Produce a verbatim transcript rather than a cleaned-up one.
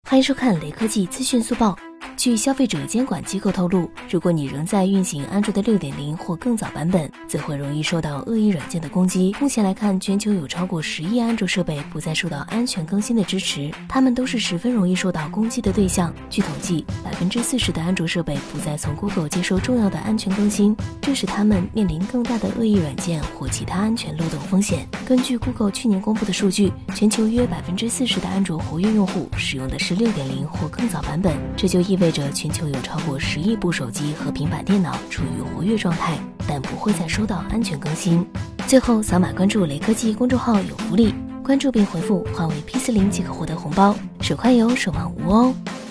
欢迎收看雷科技资讯速报。据消费者监管机构透露，如果你仍在运行安卓的 六点零 或更早版本，则会容易受到恶意软件的攻击。目前来看，全球有超过十亿安卓设备不再受到安全更新的支持，它们都是十分容易受到攻击的对象。据统计， 百分之四十 的安卓设备不再从 Google 接收重要的安全更新，这使它们面临更大的恶意软件或其他安全漏洞风险。根据 Google 去年公布的数据，全球约 百分之四十 的安卓活跃用户使用的是 六点零 或更早版本，这就意味着全球有超过十亿部手机和平板电脑处于活跃状态，但不会再收到安全更新。最后，扫码关注雷科技公众号有福利，关注并回复话为 P 四零即可获得红包，手快有，手慢无哦。